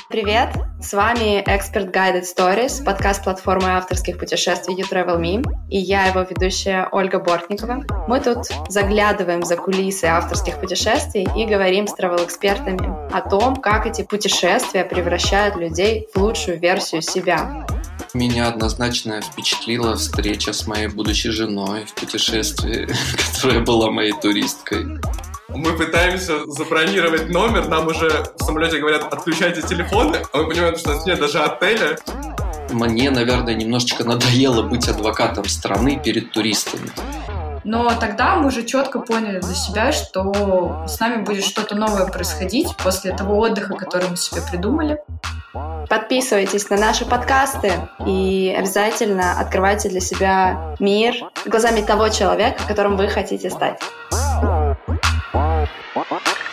Привет! С вами Expert Guided Stories, подкаст платформы авторских путешествий YouTravelMe, и я его ведущая Ольга Бортникова. Мы тут заглядываем за кулисы авторских путешествий и говорим с travel-экспертами о том, как эти путешествия превращают людей в лучшую версию себя. Меня однозначно впечатлила встреча с моей будущей женой в путешествии, которая была моей туристкой. Мы пытаемся забронировать номер, нам уже в самолете говорят, отключайте телефоны, а мы понимаем, что у нас нет даже отеля. Мне, наверное, немножечко надоело быть адвокатом страны перед туристами. Но тогда мы уже четко поняли для себя, что с нами будет что-то новое происходить после того отдыха, который мы себе придумали. Подписывайтесь на наши подкасты и обязательно открывайте для себя мир глазами того человека, которым вы хотите стать.